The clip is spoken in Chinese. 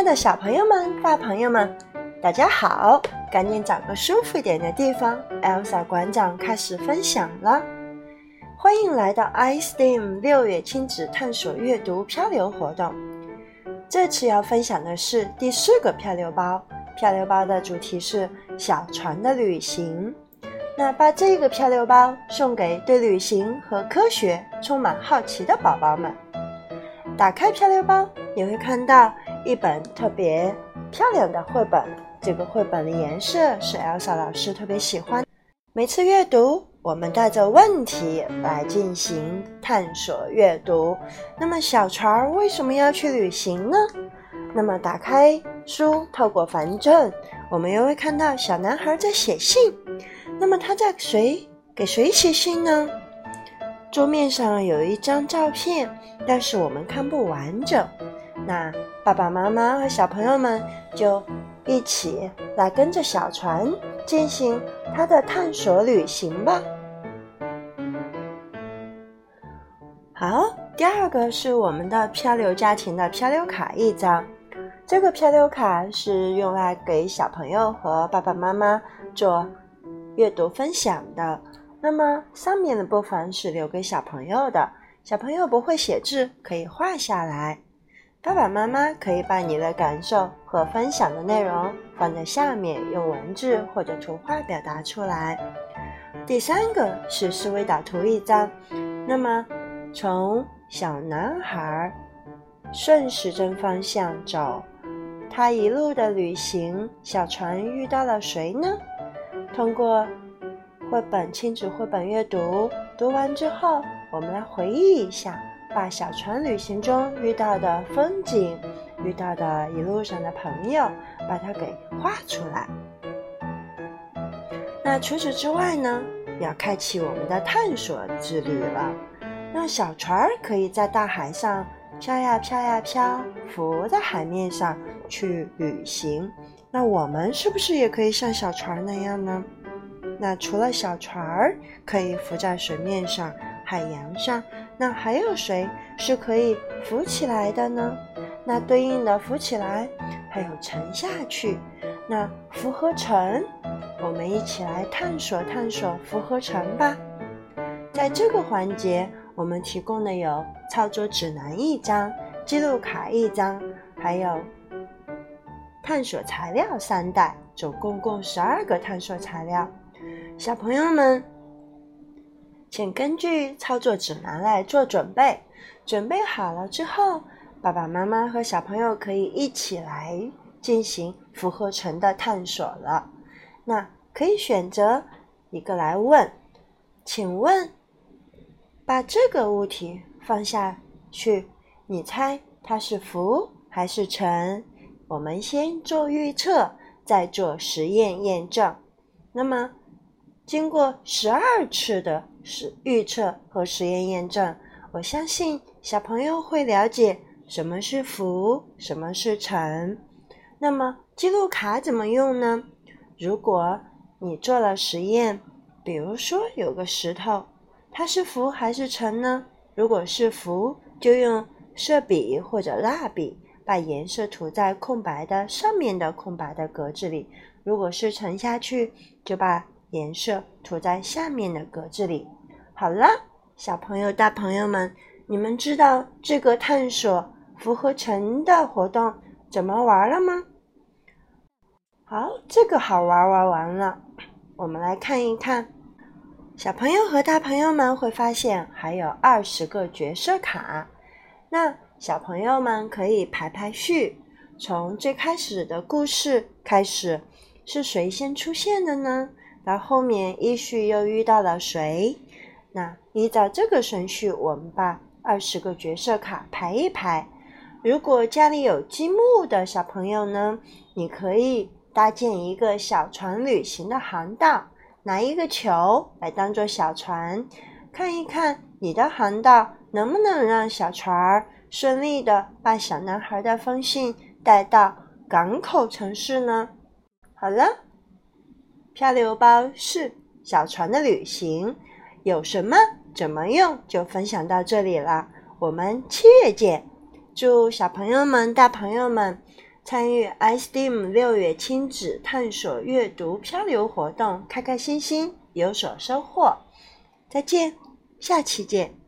的小朋友们、大朋友们，大家好！赶紧找个舒服一点的地方 ，Elsa 馆长开始分享了。欢迎来到 iSTEAM 6月亲子探索阅读漂流活动。这次要分享的是第4个漂流包，漂流包的主题是小船的旅行。那把这个漂流包送给对旅行和科学充满好奇的宝宝们。打开漂流包，你会看到一本特别漂亮的绘本，这个绘本的颜色是 Elsa 老师特别喜欢。每次阅读，我们带着问题来进行探索阅读。那么小船为什么要去旅行呢？那么打开书，透过繁正，我们又会看到小男孩在写信。那么他在给谁写信呢？桌面上有一张照片，但是我们看不完整。那爸爸妈妈和小朋友们就一起来跟着小船进行它的探索旅行吧。好，第2个是我们的漂流家庭的漂流卡一张。这个漂流卡是用来给小朋友和爸爸妈妈做阅读分享的。那么上面的部分是留给小朋友的，小朋友不会写字，可以画下来。爸爸妈妈可以把你的感受和分享的内容放在下面，用文字或者图画表达出来。第3个是思维导图一张。那么从小男孩顺时针方向走，他一路的旅行，小船遇到了谁呢？通过亲子绘本阅读，读完之后，我们来回忆一下，把小船旅行中遇到的风景，遇到的一路上的朋友，把它给画出来。那除此之外呢，要开启我们的探索之旅了。那小船可以在大海上飘呀飘呀飘，浮在海面上去旅行。那我们是不是也可以像小船那样呢？那除了小船可以浮在水面上、海洋上，那还有谁是可以浮起来的呢？那对应的浮起来还有沉下去。那浮和沉，我们一起来探索浮和沉吧。在这个环节，我们提供的有操作指南一张、记录卡一张，还有探索材料3袋，总共12个探索材料。小朋友们，请根据操作指南来做准备。准备好了之后，爸爸妈妈和小朋友可以一起来进行浮和沉的探索了。那可以选择一个来问，请问把这个物体放下去，你猜它是浮还是沉？我们先做预测，再做实验验证。那么经过12次的预测和实验验证，我相信小朋友会了解什么是浮，什么是沉。那么记录卡怎么用呢？如果你做了实验，比如说有个石头，它是浮还是沉呢？如果是浮，就用色笔或者蜡笔把颜色涂在空白的上面的空白的格子里，如果是沉下去，就把颜色涂在下面的格子里。好了，小朋友、大朋友们，你们知道这个探索浮和沉的活动怎么玩了吗？好，这个好玩完了，我们来看一看。小朋友和大朋友们会发现还有20个角色卡。那小朋友们可以排序，从最开始的故事开始，是谁先出现的呢？到后面依序又遇到了谁？那依照这个顺序，我们把20个角色卡排一排。如果家里有积木的小朋友呢，你可以搭建一个小船旅行的航道，拿一个球来当做小船，看一看你的航道能不能让小船顺利的把小男孩的封信带到港口城市呢？好了，漂流包4小船的旅行有什么怎么用就分享到这里了，我们7月见。祝小朋友们、大朋友们参与 iSteam 6月亲子探索阅读漂流活动，开开心心，有所收获。再见，下期见。